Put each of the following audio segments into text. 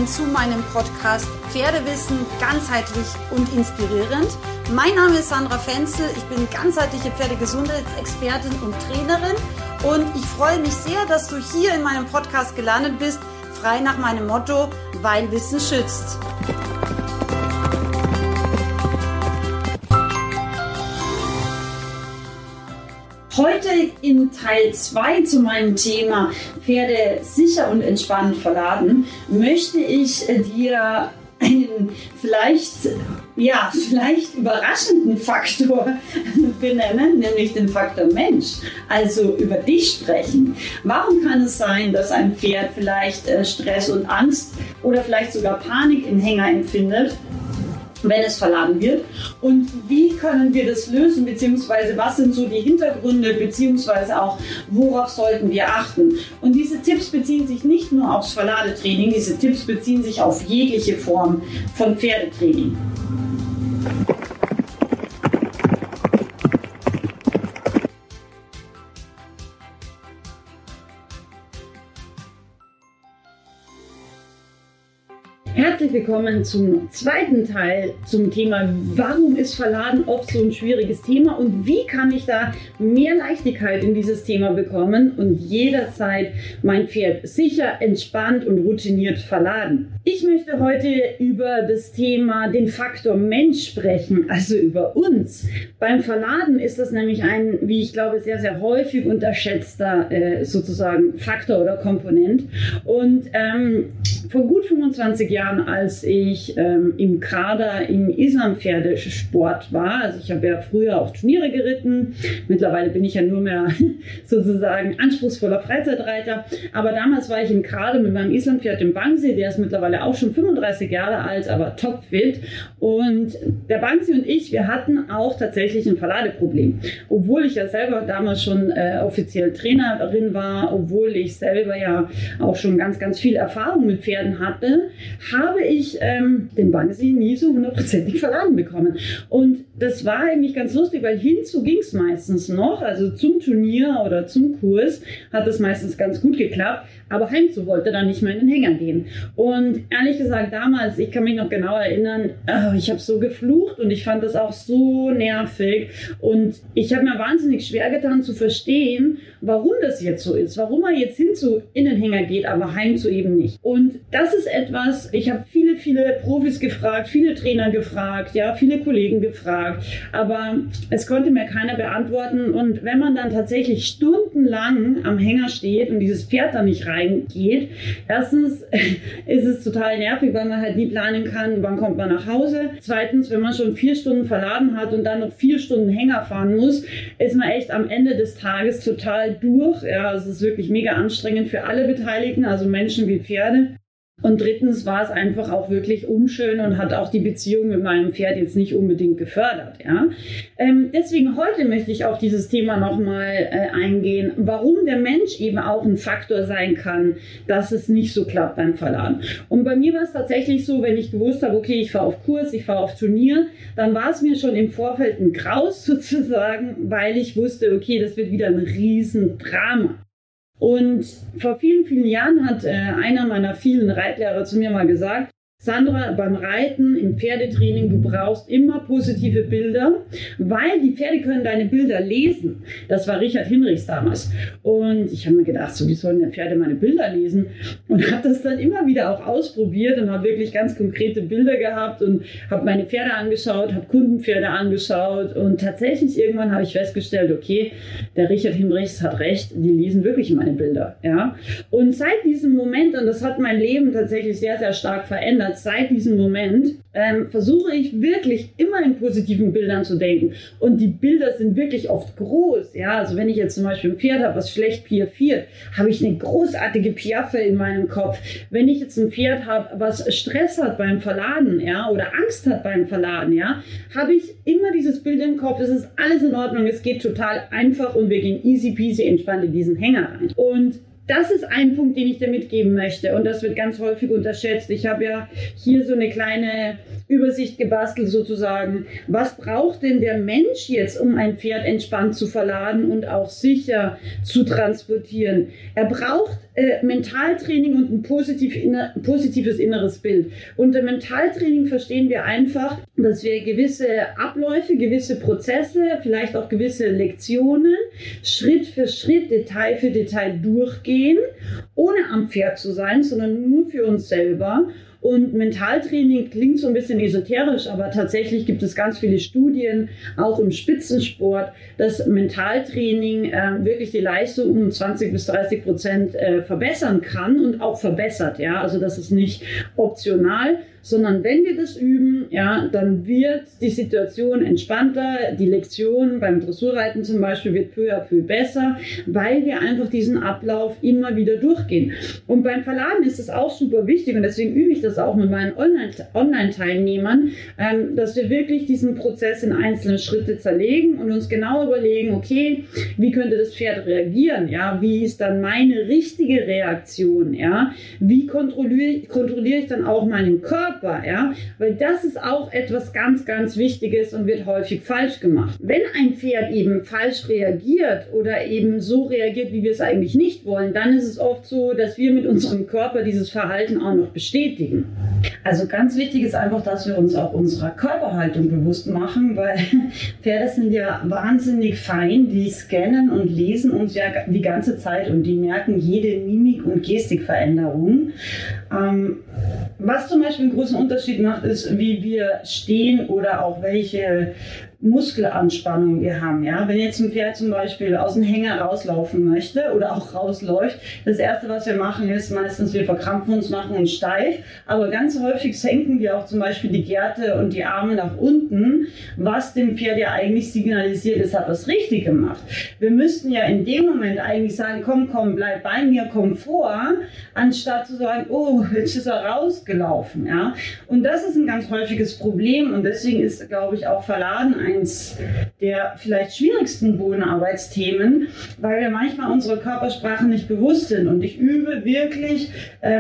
willkommen zu meinem Podcast Pferdewissen ganzheitlich und inspirierend. Mein Name ist Sandra Fenzel, ich bin ganzheitliche Pferdegesundheitsexpertin und Trainerin und ich freue mich sehr, dass du hier in meinem Podcast gelandet bist, frei nach meinem Motto, weil Wissen schützt. Heute in Teil 2 zu meinem Thema Pferde sicher und entspannt verladen, möchte ich dir einen vielleicht überraschenden Faktor benennen, nämlich den Faktor Mensch, also über dich sprechen. Warum kann es sein, dass ein Pferd vielleicht Stress und Angst oder vielleicht sogar Panik im Hänger empfindet, wenn es verladen wird, und wie können wir das lösen, beziehungsweise was sind so die Hintergründe, beziehungsweise auch worauf sollten wir achten. Und diese Tipps beziehen sich nicht nur aufs Verladetraining, diese Tipps beziehen sich auf jegliche Form von Pferdetraining. Herzlich willkommen zum zweiten Teil zum Thema, warum ist Verladen oft so ein schwieriges Thema und wie kann ich da mehr Leichtigkeit in dieses Thema bekommen und jederzeit mein Pferd sicher, entspannt und routiniert verladen. Ich möchte heute über das Thema den Faktor Mensch sprechen, also über uns. Beim Verladen ist das nämlich ein, wie ich glaube, sehr, sehr häufig unterschätzter sozusagen Faktor oder Komponent. Und vor gut 25 Jahren, als ich im Kader im Islandpferdesport war, also ich habe ja früher auch Turniere geritten, mittlerweile bin ich ja nur mehr sozusagen anspruchsvoller Freizeitreiter, aber damals war ich im Kader mit meinem Islandpferd, dem Bangsi, der ist mittlerweile auch schon 35 Jahre alt, aber topfit, und der Bangsi und ich, wir hatten auch tatsächlich ein Verladeproblem, obwohl ich ja selber damals schon offiziell Trainerin war, obwohl ich selber ja auch schon ganz, ganz viel Erfahrung mit Pferden hatte, habe ich den Bangsi nie so hundertprozentig verladen bekommen. Und das war eigentlich ganz lustig, weil hinzu ging es meistens noch, also zum Turnier oder zum Kurs hat es meistens ganz gut geklappt, aber heimzu wollte dann nicht mehr in den Hänger gehen. Und ehrlich gesagt damals, ich kann mich noch genau erinnern, ich habe so geflucht und ich fand das auch so nervig und ich habe mir wahnsinnig schwer getan zu verstehen, warum das jetzt so ist, warum er jetzt hinzu in den Hänger geht, aber heimzu eben nicht. Und das ist etwas, ich habe viele Profis gefragt, viele Trainer gefragt, ja, viele Kollegen gefragt, aber es konnte mir keiner beantworten. Und wenn man dann tatsächlich stundenlang am Hänger steht und dieses Pferd da nicht reingeht, erstens ist es total nervig, weil man halt nie planen kann, wann kommt man nach Hause. Zweitens, wenn man schon 4 Stunden verladen hat und dann noch 4 Stunden Hänger fahren muss, ist man echt am Ende des Tages total durch. Ja, es ist wirklich mega anstrengend für alle Beteiligten, also Menschen wie Pferde. Und drittens war es einfach auch wirklich unschön und hat auch die Beziehung mit meinem Pferd jetzt nicht unbedingt gefördert. Ja? Deswegen heute möchte ich auf dieses Thema nochmal eingehen, warum der Mensch eben auch ein Faktor sein kann, dass es nicht so klappt beim Verladen. Und bei mir war es tatsächlich so, wenn ich gewusst habe, okay, ich fahre auf Kurs, ich fahre auf Turnier, dann war es mir schon im Vorfeld ein Graus sozusagen, weil ich wusste, okay, das wird wieder ein Riesendrama. Und vor vielen, vielen Jahren hat einer meiner vielen Reitlehrer zu mir mal gesagt, Sandra, beim Reiten, im Pferdetraining, du brauchst immer positive Bilder, weil die Pferde können deine Bilder lesen. Das war Richard Hinrichs damals. Und ich habe mir gedacht, so, wie sollen denn Pferde meine Bilder lesen? Und habe das dann immer wieder auch ausprobiert und habe wirklich ganz konkrete Bilder gehabt und habe meine Pferde angeschaut, habe Kundenpferde angeschaut und tatsächlich irgendwann habe ich festgestellt, okay, der Richard Hinrichs hat recht, die lesen wirklich meine Bilder. Ja? Und seit diesem Moment, und das hat mein Leben tatsächlich sehr, sehr stark verändert, seit diesem Moment versuche ich wirklich immer in positiven Bildern zu denken. Und die Bilder sind wirklich oft groß. Ja? Also wenn ich jetzt zum Beispiel ein Pferd habe, was schlecht piaffiert, habe ich eine großartige Piaffe in meinem Kopf. Wenn ich jetzt ein Pferd habe, was Stress hat beim Verladen, ja, oder Angst hat beim Verladen, ja, habe ich immer dieses Bild im Kopf. Es ist alles in Ordnung, es geht total einfach und wir gehen easy peasy entspannt in diesen Hänger rein. Und das ist ein Punkt, den ich dir mitgeben möchte und das wird ganz häufig unterschätzt. Ich habe ja hier so eine kleine Übersicht gebastelt sozusagen. Was braucht denn der Mensch jetzt, um ein Pferd entspannt zu verladen und auch sicher zu transportieren? Er braucht Mentaltraining und ein positives inneres Bild. Unter Mentaltraining verstehen wir einfach, dass wir gewisse Abläufe, gewisse Prozesse, vielleicht auch gewisse Lektionen Schritt für Schritt, Detail für Detail durchgehen, ohne am Pferd zu sein, sondern nur für uns selber. Und Mentaltraining klingt so ein bisschen esoterisch, aber tatsächlich gibt es ganz viele Studien, auch im Spitzensport, dass Mentaltraining wirklich die Leistung um 20-30% verbessern kann und auch verbessert. Ja? Also das ist nicht optional, sondern wenn wir das üben, ja, dann wird die Situation entspannter, die Lektion beim Dressurreiten zum Beispiel wird peu à peu besser, weil wir einfach diesen Ablauf immer wieder durchgehen. Und beim Verladen ist es auch super wichtig und deswegen übe ich das auch mit meinen Online-Teilnehmern, dass wir wirklich diesen Prozess in einzelne Schritte zerlegen und uns genau überlegen, okay, wie könnte das Pferd reagieren, ja, wie ist dann meine richtige Reaktion, ja, wie kontrolliere ich dann auch meinen Körper, ja, weil das ist auch etwas ganz, ganz Wichtiges und wird häufig falsch gemacht. Wenn ein Pferd eben falsch reagiert oder eben so reagiert, wie wir es eigentlich nicht wollen, dann ist es oft so, dass wir mit unserem Körper dieses Verhalten auch noch bestätigen. Also ganz wichtig ist einfach, dass wir uns auch unserer Körperhaltung bewusst machen, weil Pferde sind ja wahnsinnig fein, die scannen und lesen uns ja die ganze Zeit und die merken jede Mimik- und Gestikveränderung. Was zum Beispiel einen großen Unterschied macht, ist, wie wir stehen oder auch welche Muskelanspannung wir haben. Ja? Wenn jetzt ein Pferd zum Beispiel aus dem Hänger rauslaufen möchte oder auch rausläuft, das Erste, was wir machen, ist meistens, wir verkrampfen uns, machen uns steif, aber ganz häufig senken wir auch zum Beispiel die Gerte und die Arme nach unten, was dem Pferd ja eigentlich signalisiert, es hat was richtig gemacht. Wir müssten ja in dem Moment eigentlich sagen, komm, bleib bei mir, komm vor, anstatt zu sagen, oh, jetzt ist er rausgelaufen. Ja? Und das ist ein ganz häufiges Problem und deswegen ist, glaube ich, auch Verladen eins der vielleicht schwierigsten Bodenarbeitsthemen, weil wir manchmal unserer Körpersprache nicht bewusst sind. Und ich übe wirklich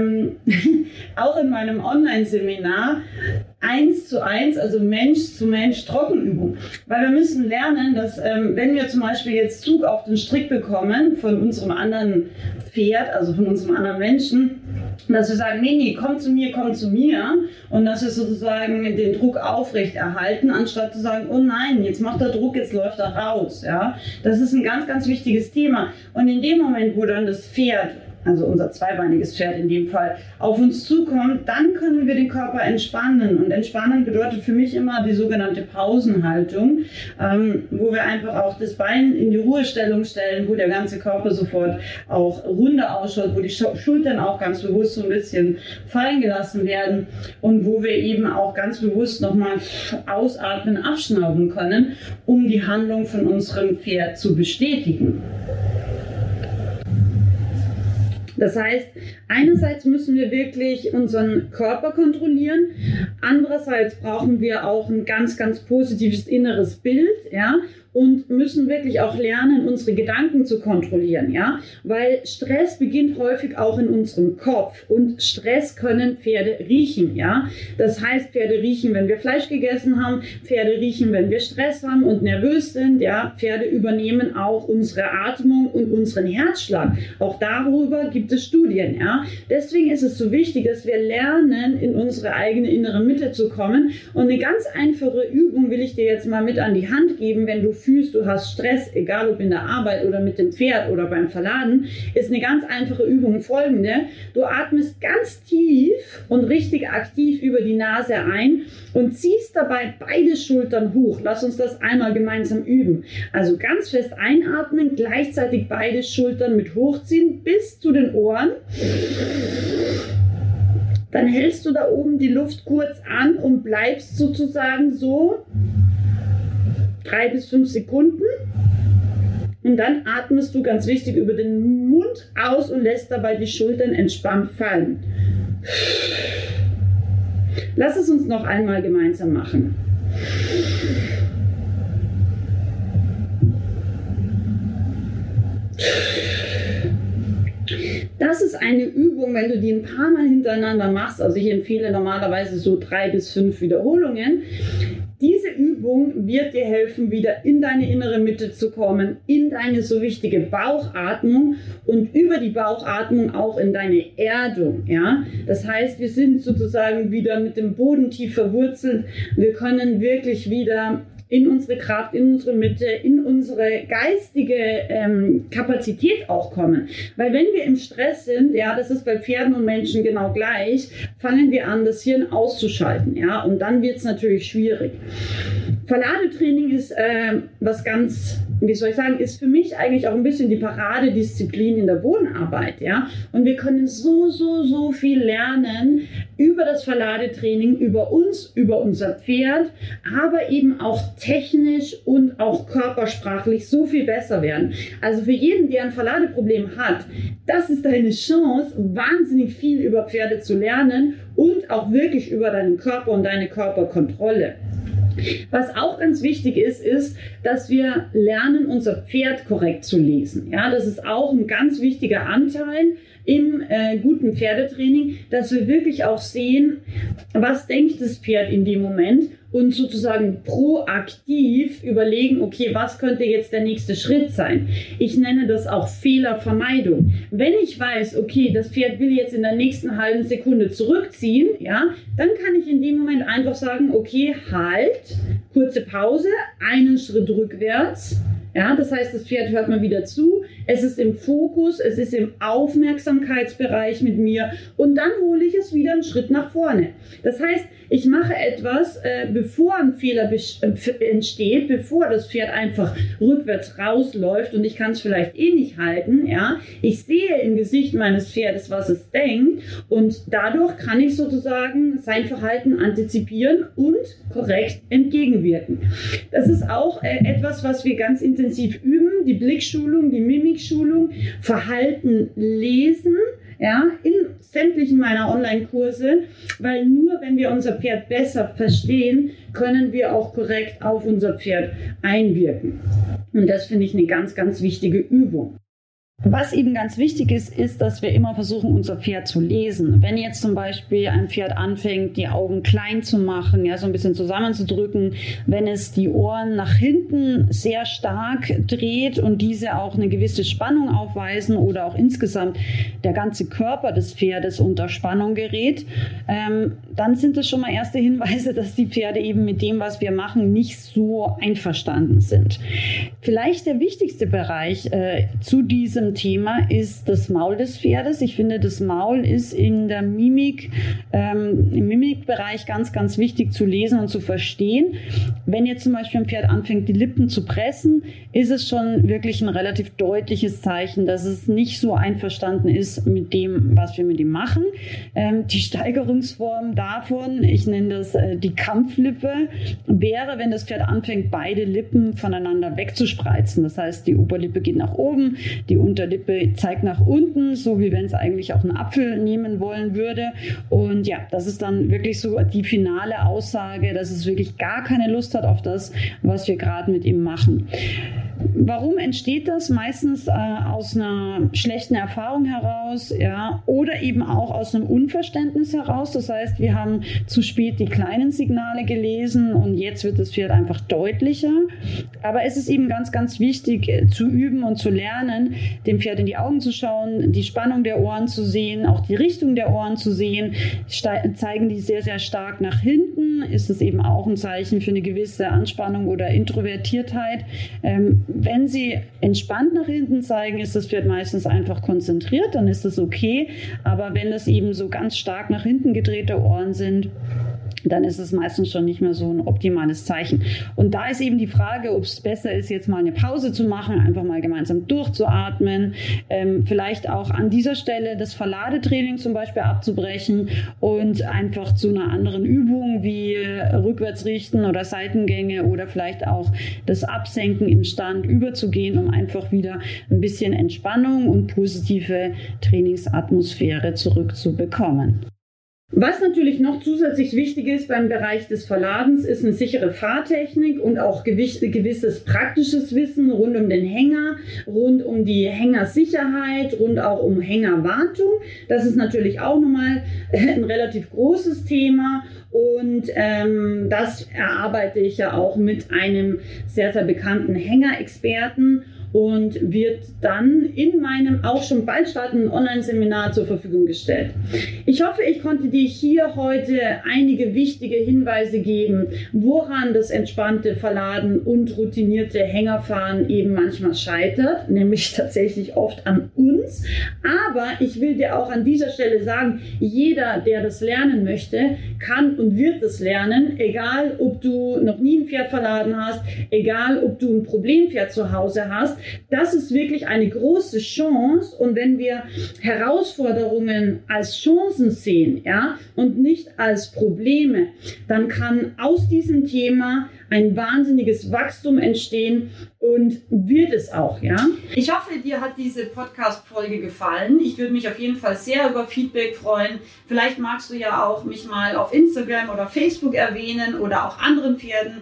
auch in meinem Online-Seminar 1:1, also Mensch zu Mensch Trockenübung. Weil wir müssen lernen, dass wenn wir zum Beispiel jetzt Zug auf den Strick bekommen von unserem anderen Pferd, also von unserem anderen Menschen, dass wir sagen, nee, komm zu mir. Und dass wir sozusagen den Druck aufrecht erhalten, anstatt zu sagen, oh nein, jetzt macht er Druck, jetzt läuft er raus. Ja? Das ist ein ganz, ganz wichtiges Thema. Und in dem Moment, wo dann das Pferd, also unser zweibeiniges Pferd in dem Fall, auf uns zukommt, dann können wir den Körper entspannen. Und entspannen bedeutet für mich immer die sogenannte Pausenhaltung, wo wir einfach auch das Bein in die Ruhestellung stellen, wo der ganze Körper sofort auch runder ausschaut, wo die Schultern auch ganz bewusst so ein bisschen fallen gelassen werden und wo wir eben auch ganz bewusst nochmal ausatmen, abschnauben können, um die Handlung von unserem Pferd zu bestätigen. Das heißt, einerseits müssen wir wirklich unseren Körper kontrollieren, andererseits brauchen wir auch ein ganz, ganz positives inneres Bild, ja, und müssen wirklich auch lernen, unsere Gedanken zu kontrollieren, ja, weil Stress beginnt häufig auch in unserem Kopf und Stress können Pferde riechen, ja. Das heißt, Pferde riechen, wenn wir Fleisch gegessen haben, Pferde riechen, wenn wir Stress haben und nervös sind, ja. Pferde übernehmen auch unsere Atmung und unseren Herzschlag. Auch darüber gibt es Studien, ja. Deswegen ist es so wichtig, dass wir lernen, in unsere eigene innere Mitte zu kommen. Und eine ganz einfache Übung will ich dir jetzt mal mit an die Hand geben, wenn du fühlst, du hast Stress, egal ob in der Arbeit oder mit dem Pferd oder beim Verladen, ist eine ganz einfache Übung folgende. Du atmest ganz tief und richtig aktiv über die Nase ein und ziehst dabei beide Schultern hoch. Lass uns das einmal gemeinsam üben. Also ganz fest einatmen, gleichzeitig beide Schultern mit hochziehen bis zu den Ohren. Dann hältst du da oben die Luft kurz an und bleibst sozusagen so 3 bis 5 Sekunden und dann atmest du, ganz wichtig, über den Mund aus und lässt dabei die Schultern entspannt fallen. Lass es uns noch einmal gemeinsam machen. Das das ist eine Übung, wenn du die ein paar Mal hintereinander machst, also ich empfehle normalerweise so 3 bis 5 Wiederholungen. Diese Übung wird dir helfen, wieder in deine innere Mitte zu kommen, in deine so wichtige Bauchatmung und über die Bauchatmung auch in deine Erdung. Ja? Das heißt, wir sind sozusagen wieder mit dem Boden tief verwurzelt. Wir können wirklich wieder in unsere Kraft, in unsere Mitte, in unsere geistige Kapazität auch kommen. Weil wenn wir im Stress sind, ja, das ist bei Pferden und Menschen genau gleich, fangen wir an, das Hirn auszuschalten. Ja, und dann wird es natürlich schwierig. Verladetraining ist was ganz, wie soll ich sagen, ist für mich eigentlich auch ein bisschen die Paradedisziplin in der Bodenarbeit. Ja? Und wir können so viel lernen über das Verladetraining, über uns, über unser Pferd, aber eben auch technisch und auch körpersprachlich so viel besser werden. Also für jeden, der ein Verladeproblem hat, das ist deine Chance, wahnsinnig viel über Pferde zu lernen und auch wirklich über deinen Körper und deine Körperkontrolle. Was auch ganz wichtig ist, dass wir lernen, unser Pferd korrekt zu lesen. Ja, das ist auch ein ganz wichtiger Anteil im guten Pferdetraining, dass wir wirklich auch sehen, was denkt das Pferd in dem Moment und sozusagen proaktiv überlegen, okay, was könnte jetzt der nächste Schritt sein? Ich nenne das auch Fehlervermeidung. Wenn ich weiß, okay, das Pferd will jetzt in der nächsten halben Sekunde zurückziehen, ja, dann kann ich in dem Moment einfach sagen, okay, halt, kurze Pause, einen Schritt rückwärts. Ja, das heißt, das Pferd hört mal wieder zu, es ist im Fokus, es ist im Aufmerksamkeitsbereich mit mir und dann hole ich es wieder einen Schritt nach vorne. Das heißt, ich mache etwas, bevor ein Fehler entsteht, bevor das Pferd einfach rückwärts rausläuft und ich kann es vielleicht eh nicht halten. Ja? Ich sehe im Gesicht meines Pferdes, was es denkt und dadurch kann ich sozusagen sein Verhalten antizipieren und korrekt entgegenwirken. Das ist auch etwas, was wir ganz intensiv üben, die Blickschulung, die Mimikschulung, Verhalten lesen, ja, in sämtlichen meiner Online-Kurse, weil nur wenn wir unser Pferd besser verstehen, können wir auch korrekt auf unser Pferd einwirken. Und das finde ich eine ganz, ganz wichtige Übung. Was eben ganz wichtig ist, dass wir immer versuchen, unser Pferd zu lesen. Wenn jetzt zum Beispiel ein Pferd anfängt, die Augen klein zu machen, ja, so ein bisschen zusammenzudrücken, wenn es die Ohren nach hinten sehr stark dreht und diese auch eine gewisse Spannung aufweisen oder auch insgesamt der ganze Körper des Pferdes unter Spannung gerät, dann sind das schon mal erste Hinweise, dass die Pferde eben mit dem, was wir machen, nicht so einverstanden sind. Vielleicht der wichtigste Bereich zu diesem Thema ist das Maul des Pferdes. Ich finde, das Maul ist in der Mimik, im Mimikbereich ganz, ganz wichtig zu lesen und zu verstehen. Wenn jetzt zum Beispiel ein Pferd anfängt, die Lippen zu pressen, ist es schon wirklich ein relativ deutliches Zeichen, dass es nicht so einverstanden ist mit dem, was wir mit ihm machen. Die Steigerungsform davon, ich nenne das die Kampflippe, wäre, wenn das Pferd anfängt, beide Lippen voneinander wegzuspreizen. Das heißt, die Oberlippe geht nach oben, die Unterlippe zeigt nach unten, so wie wenn es eigentlich auch einen Apfel nehmen wollen würde. Und ja, das ist dann wirklich so die finale Aussage, dass es wirklich gar keine Lust hat auf das, was wir gerade mit ihm machen. Warum entsteht das? Meistens aus einer schlechten Erfahrung heraus, ja, oder eben auch aus einem Unverständnis heraus. Das heißt, wir haben zu spät die kleinen Signale gelesen und jetzt wird das Pferd einfach deutlicher. Aber es ist eben ganz, ganz wichtig zu üben und zu lernen, dem Pferd in die Augen zu schauen, die Spannung der Ohren zu sehen, auch die Richtung der Ohren zu sehen. Zeigen die sehr, sehr stark nach hinten, ist es eben auch ein Zeichen für eine gewisse Anspannung oder Introvertiertheit. Wenn sie entspannt nach hinten zeigen, ist das Pferd meistens einfach konzentriert, dann ist das okay. Aber wenn das eben so ganz stark nach hinten gedrehte Ohren sind, dann ist es meistens schon nicht mehr so ein optimales Zeichen. Und da ist eben die Frage, ob es besser ist, jetzt mal eine Pause zu machen, einfach mal gemeinsam durchzuatmen, vielleicht auch an dieser Stelle das Verladetraining zum Beispiel abzubrechen und einfach zu einer anderen Übung wie Rückwärtsrichten oder Seitengänge oder vielleicht auch das Absenken im Stand überzugehen, um einfach wieder ein bisschen Entspannung und positive Trainingsatmosphäre zurückzubekommen. Was natürlich noch zusätzlich wichtig ist beim Bereich des Verladens, ist eine sichere Fahrtechnik und auch gewisses praktisches Wissen rund um den Hänger, rund um die Hängersicherheit, rund auch um Hängerwartung. Das ist natürlich auch nochmal ein relativ großes Thema und das erarbeite ich ja auch mit einem sehr, sehr bekannten Hängerexperten und wird dann in meinem auch schon bald startenden Online-Seminar zur Verfügung gestellt. Ich hoffe, ich konnte dir hier heute einige wichtige Hinweise geben, woran das entspannte Verladen und routinierte Hängerfahren eben manchmal scheitert, nämlich tatsächlich oft an uns. Aber ich will dir auch an dieser Stelle sagen, jeder, der das lernen möchte, kann und wird es lernen, egal ob du noch nie ein Pferd verladen hast, egal ob du ein Problempferd zu Hause hast. Das ist wirklich eine große Chance und wenn wir Herausforderungen als Chancen sehen, ja, und nicht als Probleme, dann kann aus diesem Thema ein wahnsinniges Wachstum entstehen und wird es auch, ja. Ich hoffe, dir hat diese Podcast-Folge gefallen. Ich würde mich auf jeden Fall sehr über Feedback freuen. Vielleicht magst du ja auch mich mal auf Instagram oder Facebook erwähnen oder auch anderen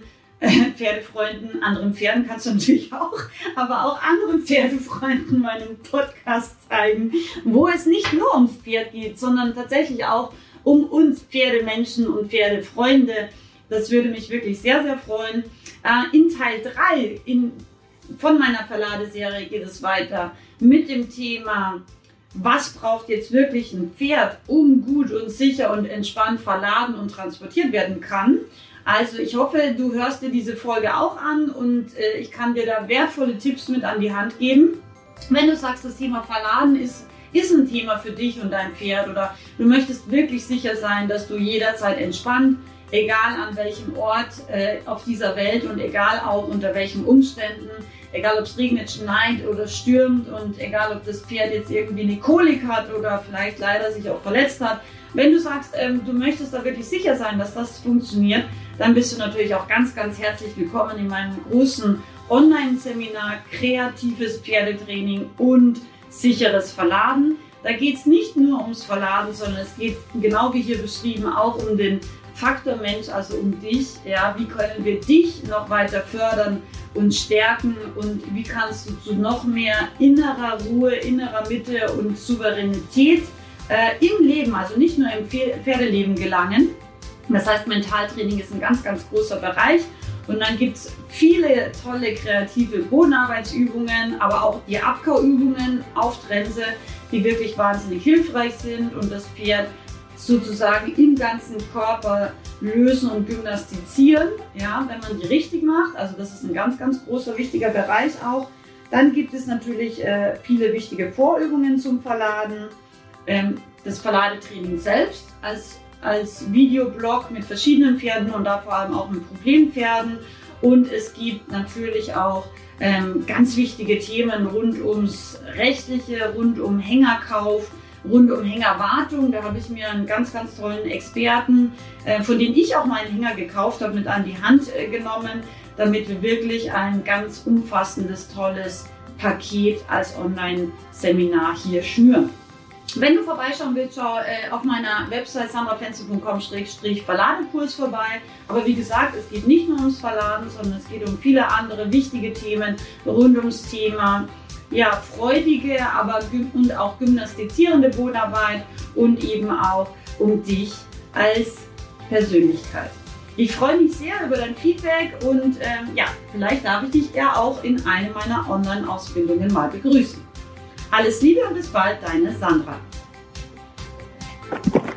Pferdefreunden, anderen Pferden kannst du natürlich auch, aber auch anderen Pferdefreunden meinen Podcast zeigen, wo es nicht nur ums Pferd geht, sondern tatsächlich auch um uns Pferdemenschen und Pferdefreunde. Das würde mich wirklich sehr, sehr freuen. In Teil 3 von meiner Verladeserie geht es weiter mit dem Thema, was braucht jetzt wirklich ein Pferd, um gut und sicher und entspannt verladen und transportiert werden kann. Also ich hoffe, du hörst dir diese Folge auch an und ich kann dir da wertvolle Tipps mit an die Hand geben. Wenn du sagst, das Thema Verladen ist ein Thema für dich und dein Pferd oder du möchtest wirklich sicher sein, dass du jederzeit entspannt, egal an welchem Ort auf dieser Welt und egal auch unter welchen Umständen, egal ob es regnet, schneit oder stürmt und egal ob das Pferd jetzt irgendwie eine Kolik hat oder vielleicht leider sich auch verletzt hat. Wenn du sagst, du möchtest da wirklich sicher sein, dass das funktioniert, dann bist du natürlich auch ganz, ganz herzlich willkommen in meinem großen Online-Seminar Kreatives Pferdetraining und sicheres Verladen. Da geht es nicht nur ums Verladen, sondern es geht, genau wie hier beschrieben, auch um den Faktor Mensch, also um dich. Ja, wie können wir dich noch weiter fördern und stärken und wie kannst du zu noch mehr innerer Ruhe, innerer Mitte und Souveränität im Leben, also nicht nur im Pferdeleben gelangen. Das heißt, Mentaltraining ist ein ganz, ganz großer Bereich. Und dann gibt es viele tolle kreative Bodenarbeitsübungen, aber auch die Abkauübungen auf Trense, die wirklich wahnsinnig hilfreich sind und das Pferd sozusagen im ganzen Körper lösen und gymnastizieren, ja, wenn man die richtig macht. Also das ist ein ganz, ganz großer, wichtiger Bereich auch. Dann gibt es natürlich viele wichtige Vorübungen zum Verladen. Das Verladetraining selbst als Videoblog mit verschiedenen Pferden und da vor allem auch mit Problempferden. Und es gibt natürlich auch ganz wichtige Themen rund ums Rechtliche, rund um Hängerkauf, rund um Hängerwartung. Da habe ich mir einen ganz, ganz tollen Experten, von dem ich auch meinen Hänger gekauft habe, mit an die Hand genommen, damit wir wirklich ein ganz umfassendes, tolles Paket als Online-Seminar hier schnüren. Wenn du vorbeischauen willst, schau auf meiner Website sandrafenzel.com/Verladekurs vorbei. Aber wie gesagt, es geht nicht nur ums Verladen, sondern es geht um viele andere wichtige Themen rund ums Thema freudige, aber und auch gymnastizierende Bodenarbeit und eben auch um dich als Persönlichkeit. Ich freue mich sehr über dein Feedback und vielleicht darf ich dich ja auch in einer meiner Online-Ausbildungen mal begrüßen. Alles Liebe und bis bald, deine Sandra.